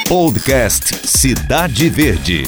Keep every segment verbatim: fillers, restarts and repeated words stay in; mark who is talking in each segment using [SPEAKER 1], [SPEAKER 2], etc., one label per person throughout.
[SPEAKER 1] Podcast Cidade Verde.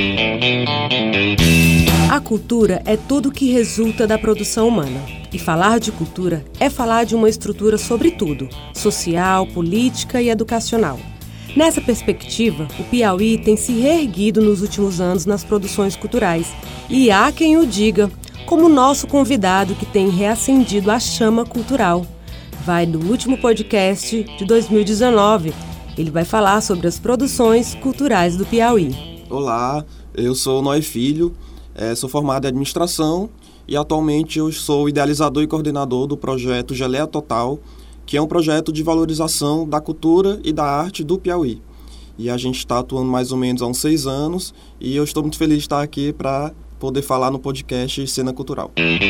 [SPEAKER 2] A cultura é tudo que resulta da produção humana. E falar de cultura é falar de uma estrutura sobretudo, social, política e educacional. Nessa perspectiva, o Piauí tem se reerguido nos últimos anos nas produções culturais. E há quem o diga, como o nosso convidado que tem reacendido a chama cultural. Vai no último podcast de dois mil e dezenove. Ele vai falar sobre as produções culturais do Piauí.
[SPEAKER 3] Olá, eu sou Noé Filho, é, sou formado em administração e atualmente eu sou idealizador e coordenador do projeto Geleia Total, que é um projeto de valorização da cultura e da arte do Piauí. E a gente está atuando mais ou menos há uns seis anos e eu estou muito feliz de estar aqui para poder falar no podcast Cena Cultural.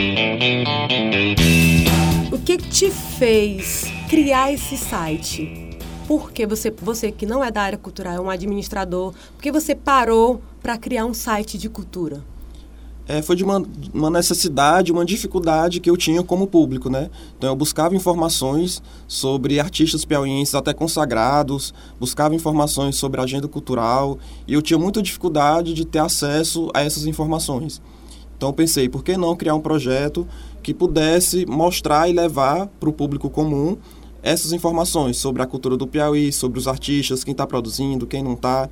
[SPEAKER 2] O que te fez criar esse site? Porque você, você que não é da área cultural, é um administrador, por que você parou para criar um site de cultura?
[SPEAKER 3] É, foi de uma, uma necessidade, uma dificuldade que eu tinha como público, né? Então eu buscava informações sobre artistas piauienses até consagrados, buscava informações sobre a agenda cultural e eu tinha muita dificuldade de ter acesso a essas informações. Então eu pensei, por que não criar um projeto que pudesse mostrar e levar para o público comum essas informações sobre a cultura do Piauí, sobre os artistas, quem está produzindo, quem não está.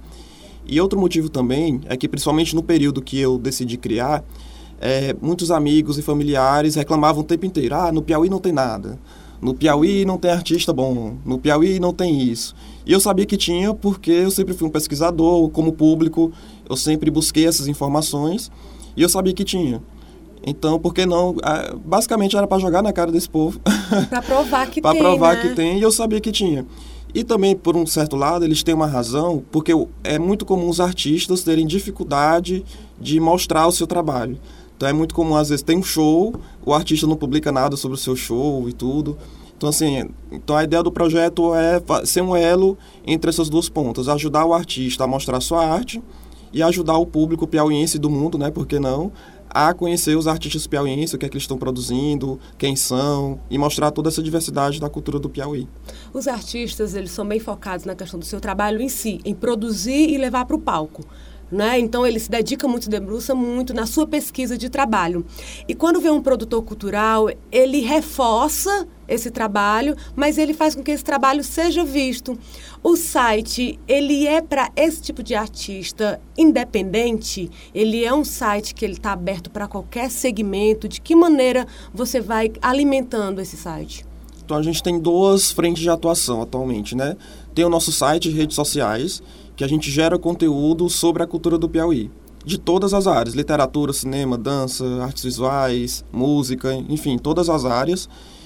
[SPEAKER 3] E outro motivo também é que, principalmente no período que eu decidi criar, é, muitos amigos e familiares reclamavam o tempo inteiro, ah, no Piauí não tem nada, no Piauí não tem artista bom, no Piauí não tem isso. E eu sabia que tinha porque eu sempre fui um pesquisador, como público, eu sempre busquei essas informações e eu sabia que tinha. Então, por que não? Basicamente era para jogar na cara desse povo.
[SPEAKER 2] Para provar que
[SPEAKER 3] pra
[SPEAKER 2] tem,
[SPEAKER 3] Para provar
[SPEAKER 2] né?
[SPEAKER 3] que tem, e eu sabia que tinha. E também, por um certo lado, eles têm uma razão, porque é muito comum os artistas terem dificuldade de mostrar o seu trabalho. Então, é muito comum, às vezes, tem um show, o artista não publica nada sobre o seu show e tudo. Então, assim, então a ideia do projeto é ser um elo entre essas duas pontas, ajudar o artista a mostrar a sua arte e ajudar o público piauiense do mundo, né, por que não, a conhecer os artistas piauienses, o que é que eles estão produzindo, quem são, e mostrar toda essa diversidade da cultura do Piauí.
[SPEAKER 2] Os artistas, eles são bem focados na questão do seu trabalho em si, em produzir e levar para o palco, né? Então, ele se dedica muito, se debruça muito na sua pesquisa de trabalho. E quando vem um produtor cultural, ele reforça esse trabalho, mas ele faz com que esse trabalho seja visto. O site, ele é para esse tipo de artista independente? Ele é um site que ele está aberto para qualquer segmento? De que maneira você vai alimentando esse site?
[SPEAKER 3] Então, a gente tem duas frentes de atuação atualmente, né? Tem o nosso site e redes sociais, que a gente gera conteúdo sobre a cultura do Piauí, de todas as áreas, literatura, cinema, dança, artes visuais, música, enfim, todas as áreas.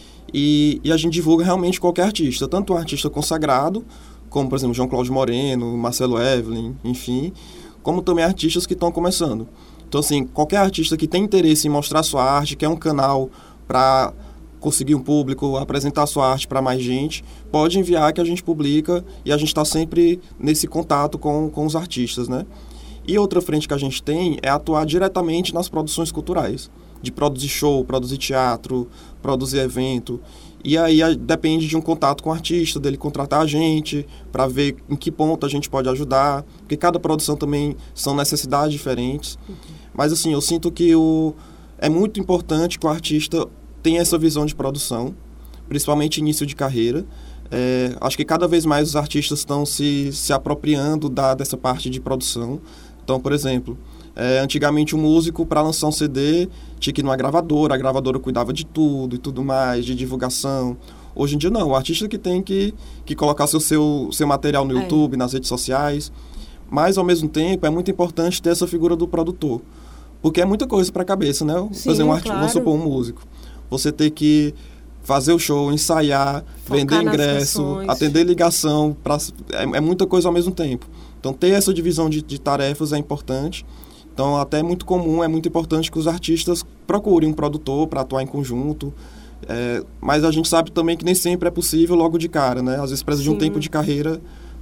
[SPEAKER 3] E, e a gente divulga realmente qualquer artista, tanto um artista consagrado, como, por exemplo, João Cláudio Moreno, Marcelo Evelyn, enfim, como também artistas que estão começando. Então, assim, qualquer artista que tem interesse em mostrar sua arte, quer um canal para conseguir um público, apresentar sua arte para mais gente, pode enviar que a gente publica e a gente está sempre nesse contato com, com os artistas, né? E outra frente que a gente tem é atuar diretamente nas produções culturais, de produzir show, produzir teatro, produzir evento. E aí a, depende de um contato com o artista, dele contratar a gente para ver em que ponto a gente pode ajudar, porque cada produção também são necessidades diferentes. Uhum. Mas assim, eu sinto que o, é muito importante que o artista tenha essa visão de produção, principalmente início de carreira. É, acho que cada vez mais os artistas estão se, se apropriando da, dessa parte de produção. Então, por exemplo, é, antigamente um músico, para lançar um C D, tinha que ir numa gravadora, a gravadora cuidava de tudo e tudo mais, de divulgação. Hoje em dia não, o artista que tem que, que colocar seu, seu, seu material no YouTube, é. nas redes sociais. Mas, ao mesmo tempo, é muito importante ter essa figura do produtor, porque é muita coisa para a cabeça, né?
[SPEAKER 2] Sim,
[SPEAKER 3] fazer um artista,
[SPEAKER 2] claro.
[SPEAKER 3] Vamos supor, um músico. Você ter que fazer o show, ensaiar, focar, vender ingresso, atender ligação, pra, é, é muita coisa ao mesmo tempo. Então, ter essa divisão de, de tarefas é importante. Então, até é muito comum, é muito importante que os artistas procurem um produtor para atuar em conjunto. É, mas a gente sabe também que nem sempre é possível logo de cara, né? Às vezes precisa Sim. de um tempo de carreira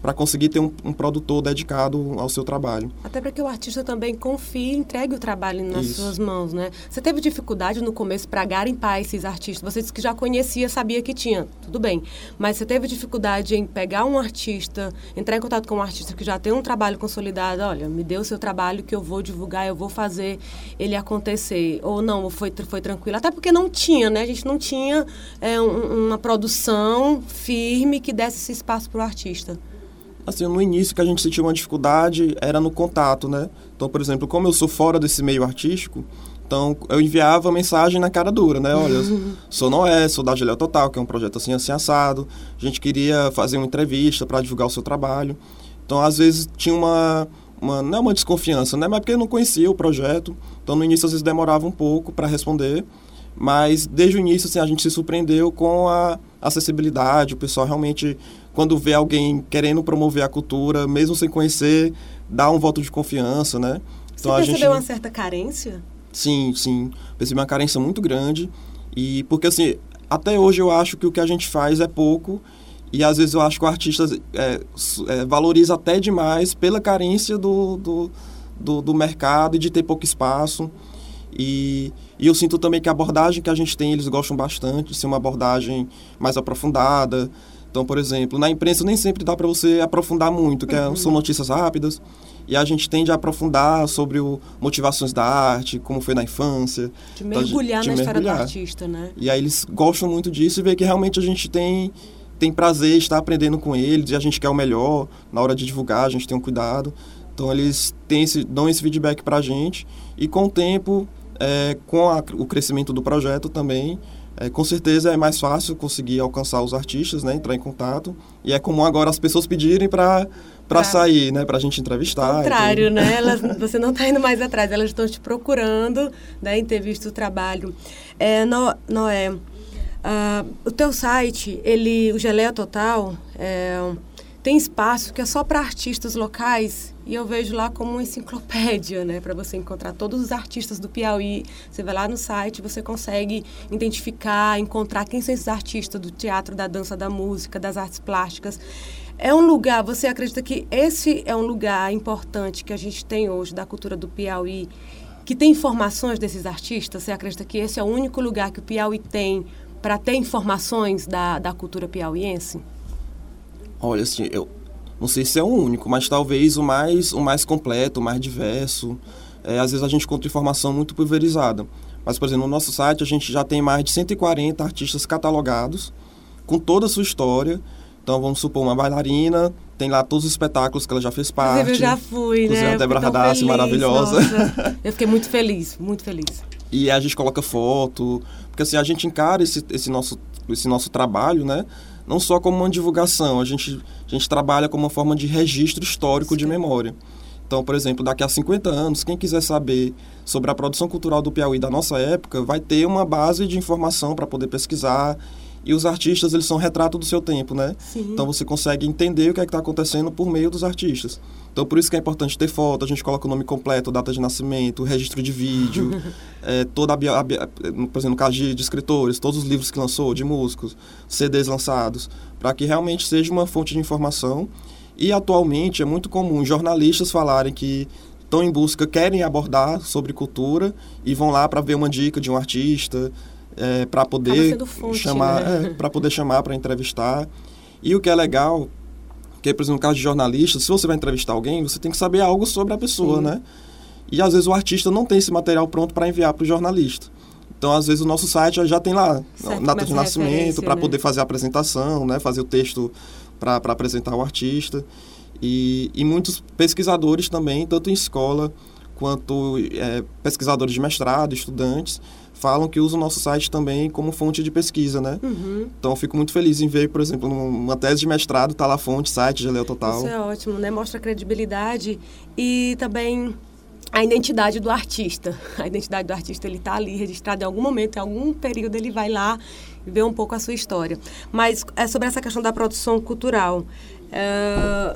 [SPEAKER 3] para conseguir ter um, um produtor dedicado ao seu trabalho.
[SPEAKER 2] Até para que o artista também confie e entregue o trabalho nas
[SPEAKER 3] Isso.
[SPEAKER 2] suas mãos, né? Você teve dificuldade no começo para garimpar esses artistas? Você disse que já conhecia, sabia que tinha, tudo bem. Mas você teve dificuldade em pegar um artista, entrar em contato com um artista que já tem um trabalho consolidado, olha, me dê o seu trabalho que eu vou divulgar, eu vou fazer ele acontecer. Ou não, foi, foi tranquilo? Até porque não tinha, né? A gente não tinha é, um, uma produção firme que desse esse espaço para o artista.
[SPEAKER 3] Assim, no início que a gente sentiu uma dificuldade era no contato, né? Então, por exemplo, como eu sou fora desse meio artístico, então eu enviava mensagem na cara dura, né? Olha, sou Noé, sou da Geléu Total, que é um projeto assim, assim, assado. A gente queria fazer uma entrevista para divulgar o seu trabalho. Então, às vezes, tinha uma, uma... Não é uma desconfiança, né? Mas porque eu não conhecia o projeto. Então, no início, às vezes, demorava um pouco para responder. Mas, desde o início, assim, a gente se surpreendeu com a acessibilidade. O pessoal realmente, quando vê alguém querendo promover a cultura, mesmo sem conhecer, dá um voto de confiança, né?
[SPEAKER 2] Então, Você percebeu a gente... uma certa carência?
[SPEAKER 3] Sim, sim. Percebi uma carência muito grande. E porque, assim, até hoje eu acho que o que a gente faz é pouco. E, às vezes, eu acho que o artista é, é, valoriza até demais pela carência do, do, do, do mercado e de ter pouco espaço. E, e eu sinto também que a abordagem que a gente tem, eles gostam bastante de ser uma abordagem mais aprofundada. Então, por exemplo, na imprensa nem sempre dá para você aprofundar muito, que uhum. é, são notícias rápidas. E a gente tende a aprofundar sobre o, motivações da arte, como foi na infância.
[SPEAKER 2] De mergulhar
[SPEAKER 3] então, de,
[SPEAKER 2] na
[SPEAKER 3] de
[SPEAKER 2] história
[SPEAKER 3] mergulhar.
[SPEAKER 2] do artista, né?
[SPEAKER 3] E aí eles gostam muito disso e vê que realmente a gente tem, tem prazer em estar aprendendo com eles e a gente quer o melhor. Na hora de divulgar, a gente tem um cuidado. Então, eles têm esse, dão esse feedback para a gente. E com o tempo, é, com a, o crescimento do projeto também, é, com certeza é mais fácil conseguir alcançar os artistas, né, entrar em contato. E é comum agora as pessoas pedirem para para sair, né, para a gente entrevistar.
[SPEAKER 2] Ao contrário, né? Elas, você não está indo mais atrás, elas estão te procurando, né, em ter visto o trabalho. É, no, Noé, uh, o teu site, ele, o Geléu Total, é, tem espaço que é só para artistas locais e eu vejo lá como uma enciclopédia, né, para você encontrar todos os artistas do Piauí. Você vai lá no site, você consegue identificar, encontrar quem são esses artistas do teatro, da dança, da música, das artes plásticas. É um lugar, você acredita que esse é um lugar importante que a gente tem hoje da cultura do Piauí, que tem informações desses artistas? Você acredita que esse é o único lugar que o Piauí tem para ter informações da, da cultura piauiense?
[SPEAKER 3] Olha, assim, eu não sei se é o único, mas talvez o mais, o mais completo, o mais diverso. É, às vezes a gente encontra informação muito pulverizada. Mas, por exemplo, no nosso site a gente já tem mais de cento e quarenta artistas catalogados, com toda a sua história. Então, vamos supor, uma bailarina, tem lá todos os espetáculos que ela já fez parte.
[SPEAKER 2] Inclusive, eu já fui,
[SPEAKER 3] Inclusive,
[SPEAKER 2] né?
[SPEAKER 3] a Débora Radassi, maravilhosa.
[SPEAKER 2] Nossa. Eu fiquei muito feliz, muito feliz.
[SPEAKER 3] E a gente coloca foto, porque assim, a gente encara esse, esse, nosso, esse nosso trabalho, né? Não só como uma divulgação, a gente, a gente trabalha como uma forma de registro histórico, sim, de memória. Então, por exemplo, daqui a cinquenta anos, quem quiser saber sobre a produção cultural do Piauí da nossa época, vai ter uma base de informação para poder pesquisar. E os artistas, eles são retrato do seu tempo, né?
[SPEAKER 2] Sim.
[SPEAKER 3] Então, você consegue entender o que é que está acontecendo por meio dos artistas. Então, por isso que é importante ter foto, a gente coloca o nome completo, data de nascimento, registro de vídeo, é, toda a, a, a, por exemplo, no caso de, de escritores, todos os livros que lançou, de músicos, C Ds lançados, para que realmente seja uma fonte de informação. E, atualmente, é muito comum jornalistas falarem que estão em busca, querem abordar sobre cultura e vão lá para ver uma dica de um artista, É, para poder,
[SPEAKER 2] fonte,
[SPEAKER 3] chamar,
[SPEAKER 2] né?
[SPEAKER 3] é, para poder chamar para entrevistar. E o que é legal, que, por exemplo, no caso de jornalista, se você vai entrevistar alguém, você tem que saber algo sobre a pessoa, sim, né? E às vezes o artista não tem esse material pronto para enviar para o jornalista. Então, às vezes, o nosso site já tem lá
[SPEAKER 2] certo,
[SPEAKER 3] data de nascimento, para
[SPEAKER 2] né?
[SPEAKER 3] poder fazer a apresentação, né? Fazer o texto para apresentar o artista. E, e muitos pesquisadores também, tanto em escola quanto é, pesquisadores de mestrado, estudantes, falam que usam o nosso site também como fonte de pesquisa, né?
[SPEAKER 2] Uhum.
[SPEAKER 3] Então, eu fico muito feliz em ver, por exemplo, numa tese de mestrado, está lá a fonte, site, Geléu Total.
[SPEAKER 2] Isso é ótimo, né? Mostra a credibilidade e também a identidade do artista. A identidade do artista, ele está ali registrado em algum momento, em algum período, ele vai lá e vê um pouco a sua história. Mas é sobre essa questão da produção cultural, é,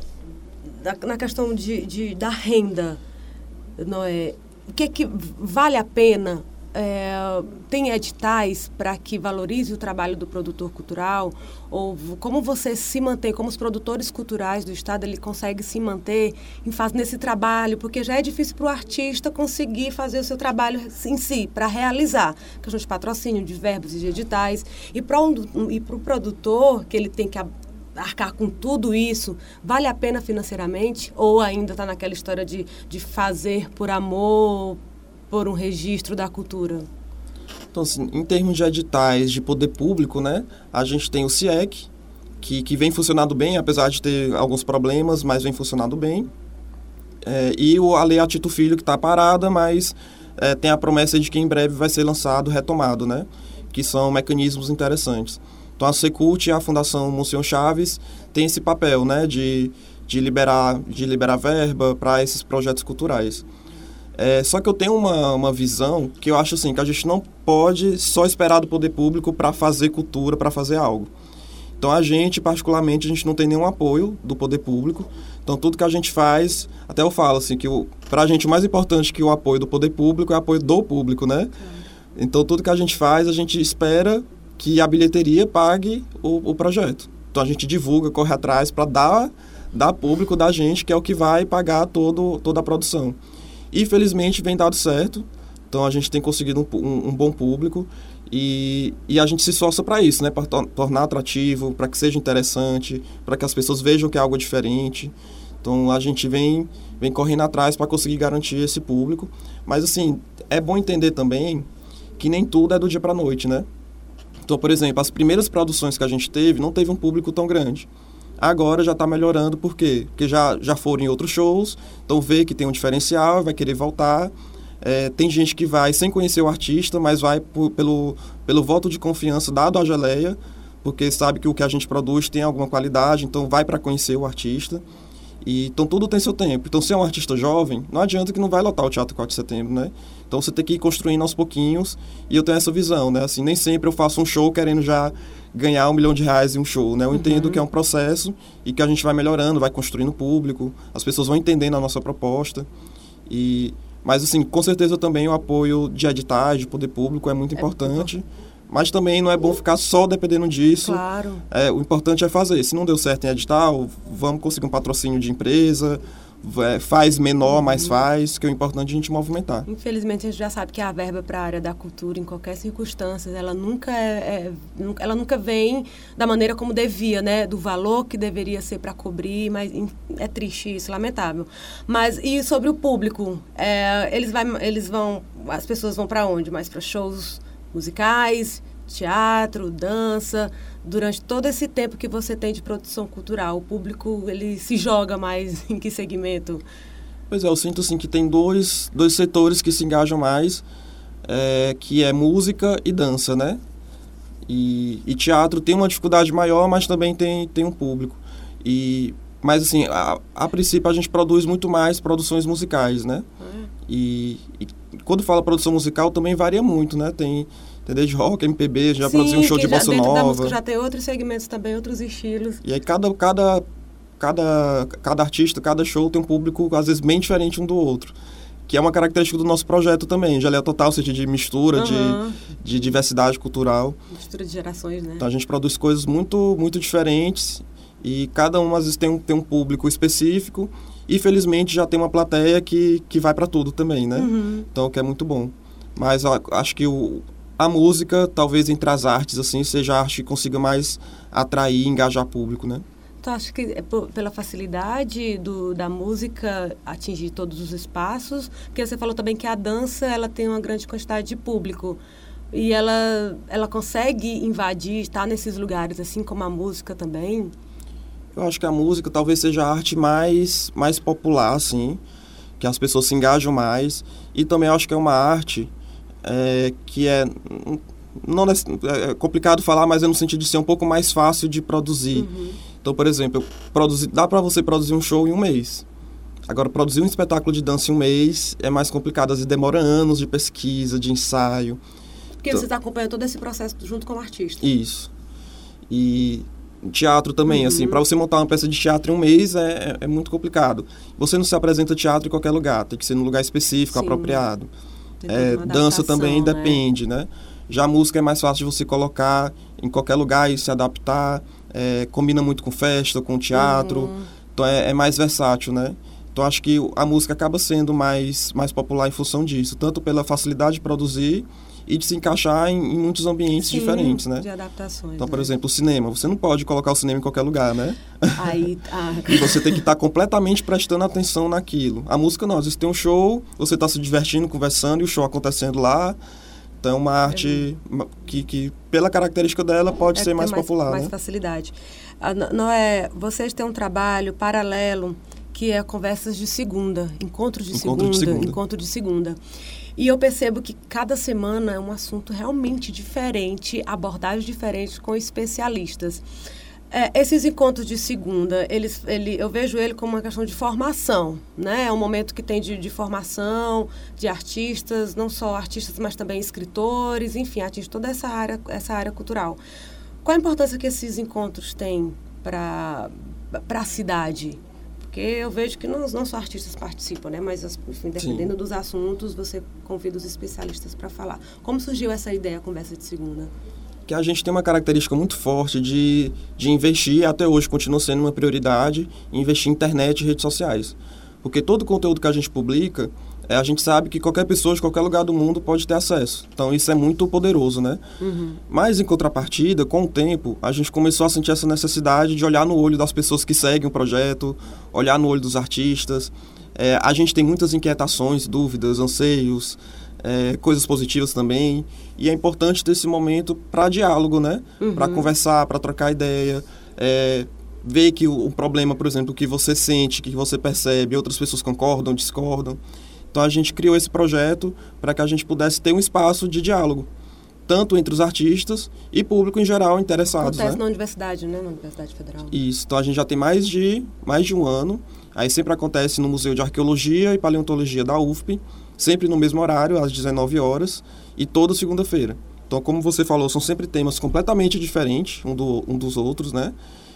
[SPEAKER 2] na questão de, de, da renda, não é? O que é que vale a pena é, tem editais para que valorize o trabalho do produtor cultural? Ou como você se mantém, como os produtores culturais do Estado, ele consegue se manter em faz, nesse trabalho? Porque já é difícil para o artista conseguir fazer o seu trabalho em si, para realizar. Questão de patrocínio, de verbos e de editais. E para um, e para o produtor, que ele tem que arcar com tudo isso, vale a pena financeiramente? Ou ainda está naquela história de, de fazer por amor, por um registro da cultura?
[SPEAKER 3] Então, assim, em termos de editais de poder público, né, a gente tem o CIEC, que, que vem funcionando bem, apesar de ter alguns problemas, mas vem funcionando bem. É, e o, a Lei Atito Filho, que está parada, mas é, tem a promessa de que em breve vai ser lançado, retomado, né, que são mecanismos interessantes. Então, a Secult e a Fundação Monsenhor Chaves têm esse papel, né, de, de, liberar, de liberar verba para esses projetos culturais. É, só que eu tenho uma, uma visão que eu acho assim, que a gente não pode só esperar do poder público para fazer cultura, para fazer algo. Então, a gente, particularmente, a gente não tem nenhum apoio do poder público. Então, tudo que a gente faz, até eu falo assim, que para a gente o mais importante que o apoio do poder público é o apoio do público, né? Então, tudo que a gente faz, a gente espera que a bilheteria pague o, o projeto. Então, a gente divulga, corre atrás para dar, dar público da gente, que é o que vai pagar todo, toda a produção. E, felizmente, vem dado certo. Então, a gente tem conseguido um, um, um bom público e, e a gente se esforça para isso, né? Para tor- tornar atrativo, para que seja interessante, para que as pessoas vejam que é algo diferente. Então, a gente vem, vem correndo atrás para conseguir garantir esse público. Mas, assim, é bom entender também que nem tudo é do dia para a noite, né? Então, por exemplo, as primeiras produções que a gente teve não teve um público tão grande. Agora já está melhorando, por quê? Porque já, já foram em outros shows, então vê que tem um diferencial, vai querer voltar. É, tem gente que vai sem conhecer o artista, mas vai por, pelo, pelo voto de confiança dado à Geleia, porque sabe que o que a gente produz tem alguma qualidade, então vai para conhecer o artista. E, então tudo tem seu tempo. Então se é um artista jovem, não adianta que não vai lotar o Teatro quatro de Setembro, né? Então você tem que ir construindo aos pouquinhos, e eu tenho essa visão, né? Assim, nem sempre eu faço um show querendo já ganhar um milhão de reais em um show, né? Eu uhum. entendo que é um processo e que a gente vai melhorando, vai construindo público, as pessoas vão entendendo a nossa proposta. E, mas assim, com certeza também o apoio de editais, de poder público é muito é importante. Muito... Mas também não é bom ficar só dependendo disso.
[SPEAKER 2] Claro.
[SPEAKER 3] É, o importante é fazer. Se não deu certo em edital, vamos conseguir um patrocínio de empresa, é, faz menor, uhum. mas faz, que é o importante é a gente movimentar.
[SPEAKER 2] Infelizmente, a gente já sabe que a verba para a área da cultura, em qualquer circunstância, ela nunca, é, é, ela nunca vem da maneira como devia, né? Do valor que deveria ser para cobrir, mas é triste isso, lamentável. Mas, e sobre o público? É, eles, vai, eles vão, as pessoas vão para onde? Mais para shows musicais, teatro, dança? Durante todo esse tempo que você tem de produção cultural, o público, ele se joga mais em que segmento?
[SPEAKER 3] Pois é, eu sinto assim que tem dois, dois setores que se engajam mais, é, que é música e dança, né? E, e teatro tem uma dificuldade maior, mas também tem, tem um público. E, mas assim, a, a princípio a gente produz muito mais produções musicais, né? É. E, e quando fala produção musical também varia muito, né? Tem, tem desde rock, M P B, já
[SPEAKER 2] Sim,
[SPEAKER 3] produziu um show de bossa nova.
[SPEAKER 2] Da música já tem outros segmentos também, outros estilos.
[SPEAKER 3] E aí cada, cada, cada, cada artista, cada show tem um público às vezes bem diferente um do outro. Que é uma característica do nosso projeto também. Geleia Total, ou seja, de mistura, uhum. de, de diversidade cultural.
[SPEAKER 2] Mistura de gerações, né?
[SPEAKER 3] Então a gente produz coisas muito, muito diferentes e cada uma às vezes tem um, tem um público específico. E, felizmente, já tem uma plateia que, que vai para tudo também, né? Uhum. Então, que é muito bom. Mas ó, acho que o, a música, talvez entre as artes, assim, seja a arte que consiga mais atrair e engajar público, né?
[SPEAKER 2] Então, acho que é por, pela facilidade do, da música atingir todos os espaços, porque você falou também que a dança, ela tem uma grande quantidade de público. E ela, ela consegue invadir, estar nesses lugares, assim como a música também?
[SPEAKER 3] Eu acho que a música talvez seja a arte mais, mais popular, assim, que as pessoas se engajam mais. E também acho que é uma arte é, que é, não é complicado falar, mas é no sentido de ser um pouco mais fácil de produzir. Uhum. Então, por exemplo, eu produzi, dá para você produzir um show em um mês. Agora, produzir um espetáculo de dança em um mês é mais complicado, às vezes demora anos de pesquisa, de ensaio.
[SPEAKER 2] Porque então, você está acompanhando todo esse processo junto com o artista.
[SPEAKER 3] Isso. E... teatro também, uhum. assim, para você montar uma peça de teatro em um mês é, é, é muito complicado. Você não se apresenta teatro em qualquer lugar, tem que ser num lugar específico, Sim. apropriado.
[SPEAKER 2] Tem
[SPEAKER 3] É,
[SPEAKER 2] toda uma
[SPEAKER 3] dança
[SPEAKER 2] adaptação,
[SPEAKER 3] também
[SPEAKER 2] né?
[SPEAKER 3] depende, né? Já a música é mais fácil de você colocar em qualquer lugar e se adaptar. É, combina muito com festa, com teatro.
[SPEAKER 2] Uhum.
[SPEAKER 3] Então é, é mais versátil, né? Então acho que a música acaba sendo mais, mais popular em função disso. Tanto pela facilidade de produzir e de se encaixar em, em muitos ambientes
[SPEAKER 2] Sim,
[SPEAKER 3] diferentes, né?
[SPEAKER 2] de adaptações.
[SPEAKER 3] Então,
[SPEAKER 2] né?
[SPEAKER 3] por exemplo, o cinema. Você não pode colocar o cinema em qualquer lugar, né?
[SPEAKER 2] Aí, ah,
[SPEAKER 3] E você tem que estar completamente prestando atenção naquilo. A música não. Às vezes tem um show, você está se divertindo, conversando e o show acontecendo lá. Então é uma arte que, que pela característica dela, pode
[SPEAKER 2] é
[SPEAKER 3] ser
[SPEAKER 2] ter
[SPEAKER 3] mais, popular,
[SPEAKER 2] mais
[SPEAKER 3] né?
[SPEAKER 2] facilidade. Ah, n- não é, vocês têm um trabalho paralelo que é conversas de segunda, encontros de,
[SPEAKER 3] Encontro de
[SPEAKER 2] segunda,
[SPEAKER 3] segunda.
[SPEAKER 2] encontro de segunda. E eu percebo que cada semana é um assunto realmente diferente, abordagens diferentes com especialistas. É, esses encontros de segunda, eles, ele, eu vejo ele como uma questão de formação, né? É um momento que tem de, de formação de artistas, não só artistas, mas também escritores, enfim, atinge toda essa área, essa área cultural. Qual a importância que esses encontros têm para a cidade? Porque eu vejo que não, não só artistas participam, né? Mas, enfim, dependendo
[SPEAKER 3] Sim.
[SPEAKER 2] dos assuntos, você convida os especialistas para falar. Como surgiu essa ideia, a conversa de segunda?
[SPEAKER 3] Que a gente tem uma característica muito forte de, de investir, até hoje continua sendo uma prioridade, investir em internet e redes sociais. Porque todo o conteúdo que a gente publica, é, a gente sabe que qualquer pessoa de qualquer lugar do mundo pode ter acesso. Então isso é muito poderoso, né?
[SPEAKER 2] Uhum.
[SPEAKER 3] Mas em contrapartida, com o tempo, a gente começou a sentir essa necessidade de olhar no olho das pessoas que seguem o projeto, olhar no olho dos artistas. É, a gente tem muitas inquietações, dúvidas, anseios, É, coisas positivas também, e é importante ter esse momento para diálogo, né?
[SPEAKER 2] Uhum.
[SPEAKER 3] Para conversar, para trocar ideia, é, ver que o, o problema, por exemplo, que você sente, que você percebe, outras pessoas concordam, discordam. Então a gente criou esse projeto para que a gente pudesse ter um espaço de diálogo, tanto entre os artistas e público em geral interessados.
[SPEAKER 2] Acontece
[SPEAKER 3] né?
[SPEAKER 2] na universidade, né? Na Universidade Federal.
[SPEAKER 3] Isso, então a gente já tem mais de, mais de um ano, aí sempre acontece no Museu de Arqueologia e Paleontologia da U F P, sempre no mesmo horário, às dezenove horas, e toda segunda-feira. Então, como você falou, são sempre temas completamente diferentes um, do, um dos outros, né?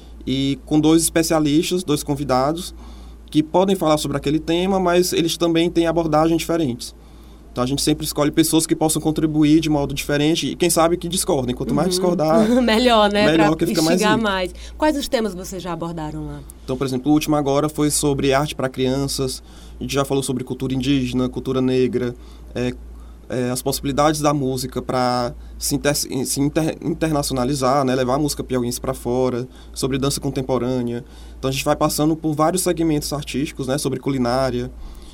[SPEAKER 3] E com dois especialistas, dois convidados, que podem falar sobre aquele tema, mas eles também têm abordagens diferentes. Então, a gente sempre escolhe pessoas que possam contribuir de modo diferente e, quem sabe, que discordem. Quanto mais discordar,
[SPEAKER 2] melhor, né?
[SPEAKER 3] melhor,
[SPEAKER 2] Pra
[SPEAKER 3] que fica mais
[SPEAKER 2] instigar
[SPEAKER 3] rico.
[SPEAKER 2] mais. Quais os temas vocês já abordaram lá?
[SPEAKER 3] Então, por exemplo, o último agora foi sobre arte para crianças. A gente já falou sobre cultura indígena, cultura negra, é, é, as possibilidades da música para se, inter, se inter, internacionalizar, né? Levar a música piauiense para fora, sobre dança contemporânea. Então, a gente vai passando por vários segmentos artísticos, né? Sobre culinária.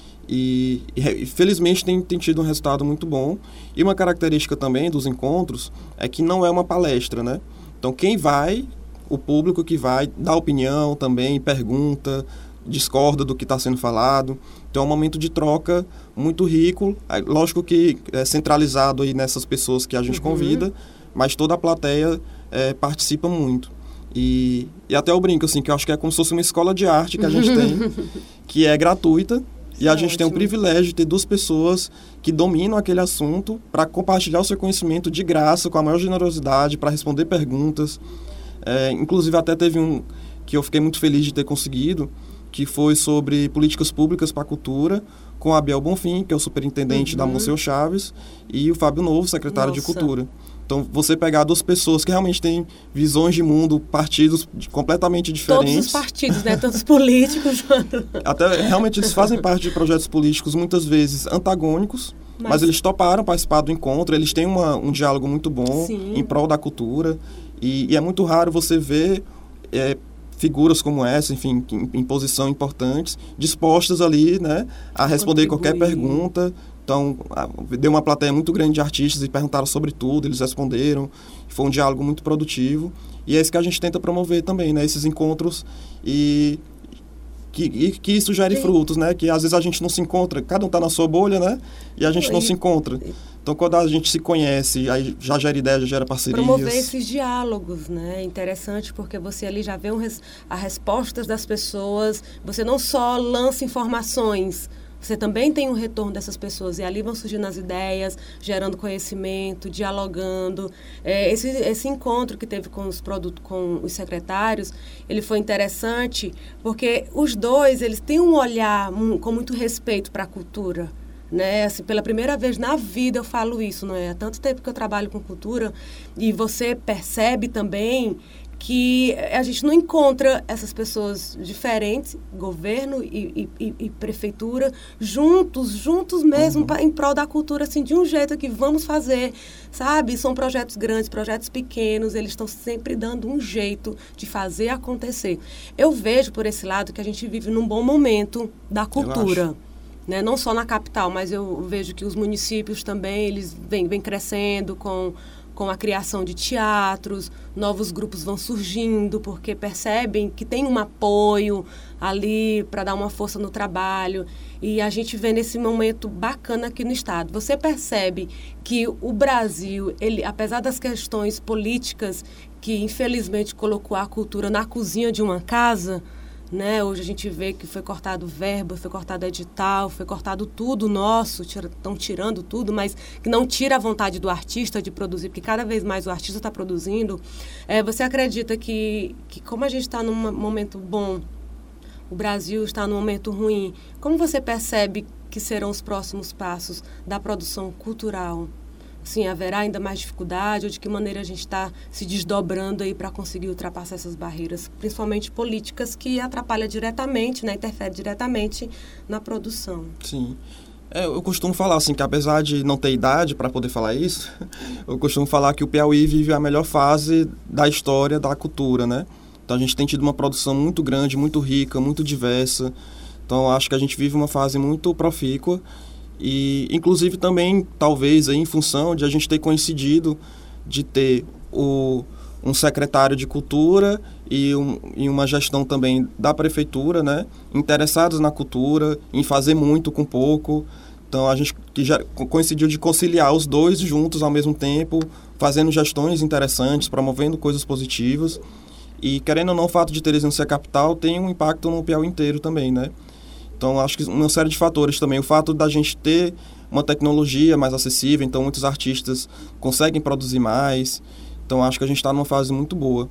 [SPEAKER 3] E, e felizmente tem, tem tido um resultado muito bom. E uma característica também dos encontros é que não é uma palestra, né? Então, quem vai, o público que vai, dá opinião também, pergunta, discorda do que está sendo falado. Então, é um momento de troca muito rico. Lógico que é centralizado aí nessas pessoas que a gente
[SPEAKER 2] Uhum.
[SPEAKER 3] convida, mas toda a plateia é, participa muito. E, e até eu brinco, assim, que eu acho que é como se fosse uma escola de arte que a gente tem, que é gratuita. E a
[SPEAKER 2] Isso é
[SPEAKER 3] gente tem o
[SPEAKER 2] ótimo.
[SPEAKER 3] privilégio de ter duas pessoas que dominam aquele assunto para compartilhar o seu conhecimento de graça, com a maior generosidade, para responder perguntas. É, inclusive, até teve um que eu fiquei muito feliz de ter conseguido, que foi sobre políticas públicas para a cultura, com a Biel Bonfim, que é o superintendente
[SPEAKER 2] Uhum.
[SPEAKER 3] da Monsenhor Chaves, e o Fábio Novo, secretário de
[SPEAKER 2] Nossa.
[SPEAKER 3] Cultura. Então, você pegar duas pessoas que realmente têm visões de mundo, partidos de- completamente diferentes.
[SPEAKER 2] Todos os partidos, né? Tanto os políticos quanto...
[SPEAKER 3] Até realmente eles fazem parte de projetos políticos muitas vezes antagônicos, mas,
[SPEAKER 2] Mas-
[SPEAKER 3] eles toparam participar do encontro, eles têm uma, um diálogo muito bom
[SPEAKER 2] Sim.
[SPEAKER 3] em prol da cultura, e, e é muito raro você ver é, figuras como essa, enfim, em, em posição importantes, dispostas ali, né, a responder qualquer
[SPEAKER 2] Contribuir.
[SPEAKER 3] pergunta. Então, a- deu uma plateia muito grande de artistas e perguntaram sobre tudo, eles responderam. Foi um diálogo muito produtivo. E é isso que a gente tenta promover também, né? Esses encontros e que, e que isso gere
[SPEAKER 2] Sim.
[SPEAKER 3] frutos, né? Que às vezes a gente não se encontra, cada um está na sua bolha, né? E a gente não
[SPEAKER 2] E-
[SPEAKER 3] se encontra. Então, quando a gente se conhece, aí já gera ideia, já gera parcerias.
[SPEAKER 2] Promover esses diálogos, né? Interessante porque você ali já vê um res, as respostas das pessoas, você não só lança informações, você também tem um retorno dessas pessoas e ali vão surgindo as ideias, gerando conhecimento, dialogando. É, esse, esse encontro que teve com os, produtos, com os secretários, ele foi interessante porque os dois eles têm um olhar mu- com muito respeito para a cultura. Né? Assim, pela primeira vez na vida eu falo isso, não é? Há tanto tempo que eu trabalho com cultura e você percebe também que a gente não encontra essas pessoas diferentes, governo e, e, e prefeitura, juntos, juntos mesmo, uhum. pra, em prol da cultura, assim, de um jeito que vamos fazer, sabe? São projetos grandes, projetos pequenos, eles estão sempre dando um jeito de fazer acontecer. Eu vejo, por esse lado, que a gente vive num bom momento da cultura. Né? Não só na capital, mas eu vejo que os municípios também, eles vêm, vêm crescendo com, com a criação de teatros, novos grupos vão surgindo, porque percebem que tem um apoio ali para dar uma força no trabalho. E a gente vê nesse momento bacana aqui no estado. Você percebe que o Brasil, ele, apesar das questões políticas que infelizmente colocou a cultura na cozinha de uma casa, né? Hoje a gente vê que foi cortado verba, foi cortado edital, foi cortado tudo nosso, estão tirando tudo, mas que não tira a vontade do artista de produzir, porque cada vez mais o artista está produzindo. É, você acredita que, que como a gente está num momento bom, o Brasil está num momento ruim, como você percebe que serão os próximos passos da produção cultural? Sim, haverá ainda mais dificuldade, ou de que maneira a gente está se desdobrando aí para conseguir ultrapassar essas barreiras, principalmente políticas que atrapalham diretamente, né, interferem diretamente na produção.
[SPEAKER 3] Sim. É, eu costumo falar assim, que apesar de não ter idade para poder falar isso, eu costumo falar que o Piauí vive a melhor fase da história da cultura, né? Então a gente tem tido uma produção muito grande, muito rica, muito diversa. Então acho que a gente vive uma fase muito profícua. E, inclusive, também, talvez, aí, em função de a gente ter coincidido de ter o, um secretário de cultura e, um, e uma gestão também da prefeitura, né, interessados na cultura, em fazer muito com pouco. Então, a gente que já coincidiu de conciliar os dois juntos ao mesmo tempo, fazendo gestões interessantes, promovendo coisas positivas. E, querendo ou não, o fato de Teresina ser a capital tem um impacto no Piauí inteiro também, né? Então, acho que uma série de fatores também. O fato da gente ter uma tecnologia mais acessível, então muitos artistas conseguem produzir mais. Então, acho que a gente está numa fase muito boa.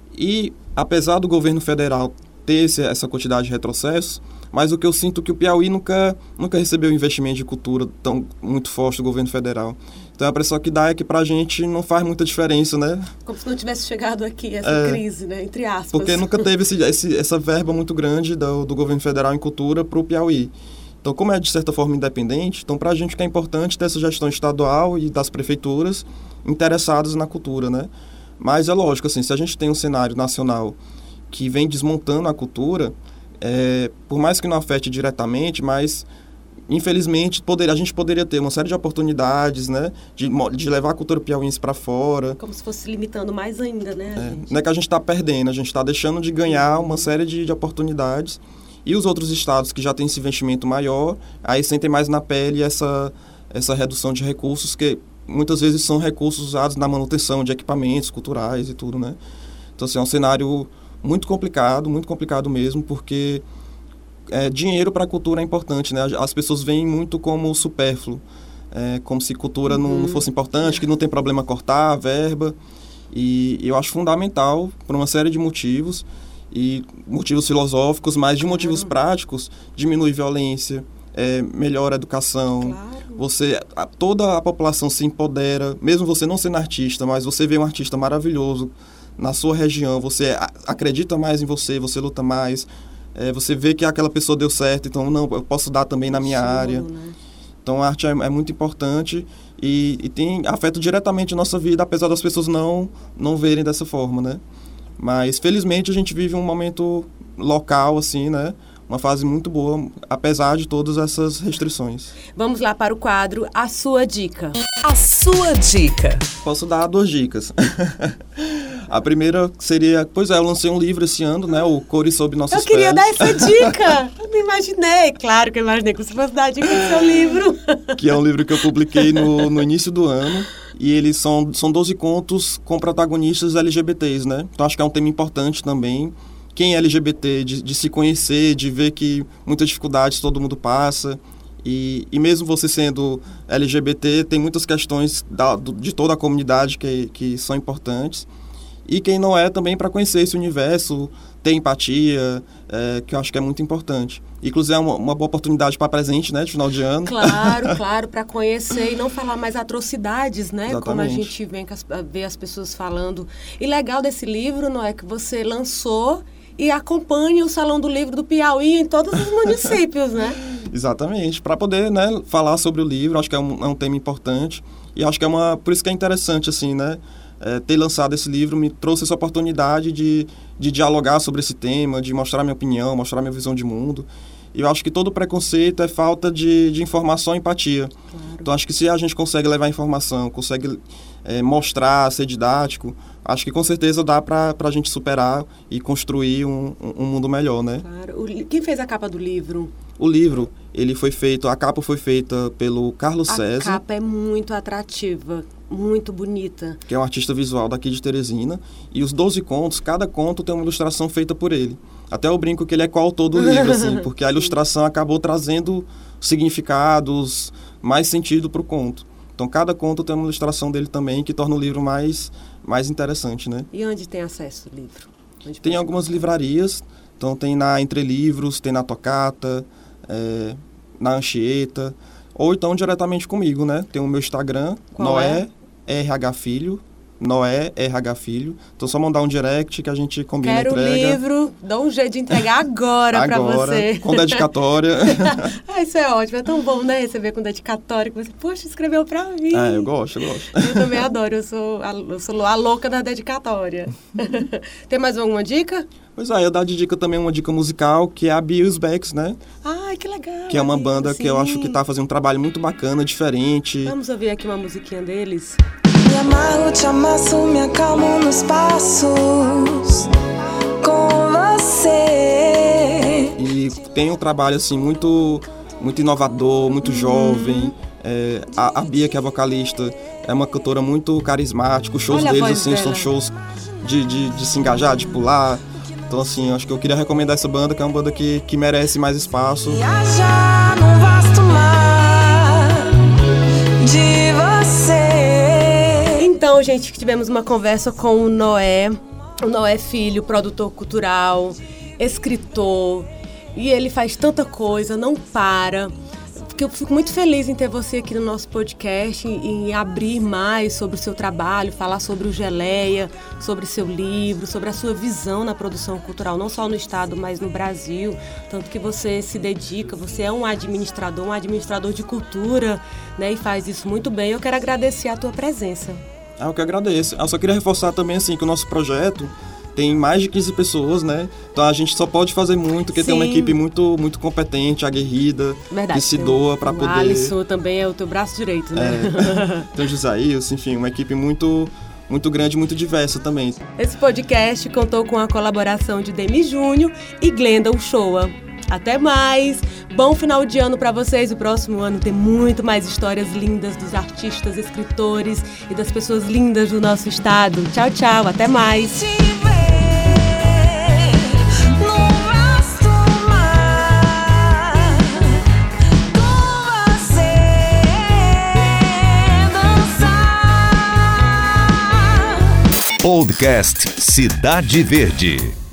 [SPEAKER 3] E, apesar do governo federal ter esse, essa quantidade de retrocessos, mas o que eu sinto é que o Piauí nunca, nunca recebeu investimento de cultura tão muito forte do governo federal. Então, a impressão que dá é que pra gente não faz muita diferença, né?
[SPEAKER 2] Como se não tivesse chegado aqui essa é, crise, né? Entre aspas.
[SPEAKER 3] Porque nunca teve esse, esse, essa verba muito grande do, do governo federal em cultura para o Piauí. Então, como é de certa forma independente, então pra gente que é importante ter essa gestão estadual e das prefeituras interessadas na cultura, né? Mas é lógico, assim, se a gente tem um cenário nacional que vem desmontando a cultura, é, por mais que não afete diretamente, mas infelizmente poder, a gente poderia ter uma série de oportunidades, né, de, de levar a cultura piauiense para fora.
[SPEAKER 2] Como se fosse limitando mais ainda, né? A
[SPEAKER 3] é,
[SPEAKER 2] gente.
[SPEAKER 3] Não é que a gente está perdendo, a gente está deixando de ganhar uma série de, de oportunidades. E os outros estados que já têm esse investimento maior, aí sentem mais na pele essa, essa redução de recursos, que muitas vezes são recursos usados na manutenção de equipamentos culturais e tudo, né? Então, assim, é um cenário muito complicado, muito complicado mesmo, porque é, dinheiro para a cultura é importante, né? As pessoas veem muito como supérfluo, é, como se cultura uhum. não, não fosse importante, que não tem problema cortar a verba. E eu acho fundamental, por uma série de motivos, e motivos filosóficos, mas de motivos claro. práticos, diminui violência, é, melhora a educação. Claro. Você, a, toda a população se empodera, mesmo você não sendo artista, mas você vê um artista maravilhoso na sua região, você a, acredita mais em você, você luta mais, é, você vê que aquela pessoa deu certo, então não, eu posso dar também na minha Sim, área. Né? Então a arte é, é muito importante e, e tem, afeta diretamente a nossa vida, apesar das pessoas não, não verem dessa forma, né? Mas felizmente a gente vive um momento local, assim, né? Uma fase muito boa, apesar de todas essas restrições.
[SPEAKER 2] Vamos lá para o quadro A Sua Dica.
[SPEAKER 1] A Sua Dica.
[SPEAKER 3] Posso dar duas dicas. A primeira seria... Pois é, eu lancei um livro esse ano, né? O Cores Sob Nossos Pés.
[SPEAKER 2] Eu queria dar essa dica. Eu não imaginei. Claro que eu imaginei que você fosse dar a dica do seu livro.
[SPEAKER 3] Que é um livro que eu publiquei no, no início do ano. E eles são, são doze contos com protagonistas L G B Ts, né? Então acho que é um tema importante também. Quem é L G B T, de, de se conhecer, de ver que muitas dificuldades todo mundo passa. E, e mesmo você sendo L G B T, tem muitas questões da, do, de toda a comunidade que, que são importantes. E quem não é também para conhecer esse universo ter empatia, é, que eu acho que é muito importante. Inclusive é uma, uma boa oportunidade para presente, né, de final de ano.
[SPEAKER 2] Claro, claro, para conhecer e não falar mais atrocidades, né?
[SPEAKER 3] Exatamente.
[SPEAKER 2] Como a gente vê, vê as pessoas falando. E legal desse livro, não é que você lançou e acompanha o Salão do Livro do Piauí em todos os municípios, né?
[SPEAKER 3] Exatamente, para poder, né, falar sobre o livro, acho que é um, é um tema importante. E acho que é uma, por isso que é interessante, assim, né? É, ter lançado esse livro me trouxe essa oportunidade de, de dialogar sobre esse tema, de mostrar minha opinião, mostrar minha visão de mundo. E eu acho que todo preconceito é falta de, de informação e empatia. Claro. Então, acho que se a gente consegue levar informação, consegue é, mostrar, ser didático, acho que com certeza dá para a gente superar e construir um, um mundo melhor, né?
[SPEAKER 2] Claro. O, quem fez a capa do livro?
[SPEAKER 3] O livro, ele foi feito, a capa foi feita pelo Carlos
[SPEAKER 2] a
[SPEAKER 3] César.
[SPEAKER 2] A capa é muito atrativa, muito bonita.
[SPEAKER 3] Que é um artista visual daqui de Teresina. E os doze contos, cada conto tem uma ilustração feita por ele. Até eu brinco que ele é coautor do livro, assim, porque a ilustração acabou trazendo significados, mais sentido para o conto. Então, cada conto tem uma ilustração dele também, que torna o livro mais, mais interessante, né?
[SPEAKER 2] E onde tem acesso ao livro? Onde
[SPEAKER 3] tem algumas livrarias. Então, tem na Entre Livros, tem na Tocata, é, na Anchieta, ou então diretamente comigo, né? Tem o meu Instagram,
[SPEAKER 2] Qual
[SPEAKER 3] Noé
[SPEAKER 2] é?
[SPEAKER 3] R H Filho, Noé R H Filho. Então, só mandar um direct que a gente combina
[SPEAKER 2] Quero
[SPEAKER 3] a entrega.
[SPEAKER 2] Quero o livro, dá um jeito de entregar agora, agora para você.
[SPEAKER 3] Com dedicatória.
[SPEAKER 2] Ah, isso é ótimo, é tão bom, né? Receber com dedicatória, que você, poxa, escreveu para mim.
[SPEAKER 3] É, eu gosto, eu gosto.
[SPEAKER 2] Eu também adoro, eu sou a, eu sou a louca da dedicatória. Tem mais alguma dica?
[SPEAKER 3] Pois é, eu dar de dica também uma dica musical, que é a Bios Becks, né?
[SPEAKER 2] Ai, que legal.
[SPEAKER 3] Que é uma banda sim. que eu acho que tá fazendo um trabalho muito bacana, diferente.
[SPEAKER 2] Vamos ouvir aqui uma musiquinha deles.
[SPEAKER 4] Me amarro, te amasso, me acalmo nos passos com você.
[SPEAKER 3] E tem um trabalho, assim, muito, muito inovador, muito uhum. jovem. É, a, a Bia, que é a vocalista, é uma cantora muito carismática. Os shows
[SPEAKER 2] Olha
[SPEAKER 3] deles, assim,
[SPEAKER 2] dela.
[SPEAKER 3] são shows de, de, de se engajar, de pular. Então, assim, acho que eu queria recomendar essa banda, que é uma banda que, que merece mais espaço.
[SPEAKER 4] Viajar num vasto mar de você.
[SPEAKER 2] Então, gente, tivemos uma conversa com o Noé, o Noé Filho, produtor cultural, escritor, e ele faz tanta coisa, não para. Eu fico muito feliz em ter você aqui no nosso podcast, em, em abrir mais sobre o seu trabalho, falar sobre o Geleia, sobre o seu livro, sobre a sua visão na produção cultural, não só no estado, mas no Brasil. Tanto que você se dedica, você é um administrador, um administrador de cultura, né, e faz isso muito bem. Eu quero agradecer a tua presença.
[SPEAKER 3] Ah, eu que agradeço. Eu só queria reforçar também, assim, que o nosso projeto tem mais de quinze pessoas, né? Então a gente só pode fazer muito, porque Sim. tem uma equipe muito, muito competente, aguerrida,
[SPEAKER 2] Verdade,
[SPEAKER 3] que se doa para poder...
[SPEAKER 2] O Alisson também é o teu braço direito, né?
[SPEAKER 3] É. Tem o Josaílson, enfim, uma equipe muito, muito grande, muito diversa também.
[SPEAKER 2] Esse podcast contou com a colaboração de Demi Júnior e Glenda Uchoa. Até mais! Bom final de ano para vocês. O próximo ano tem muito mais histórias lindas dos artistas, escritores e das pessoas lindas do nosso estado. Tchau, tchau. Até mais!
[SPEAKER 5] Podcast Cidade Verde.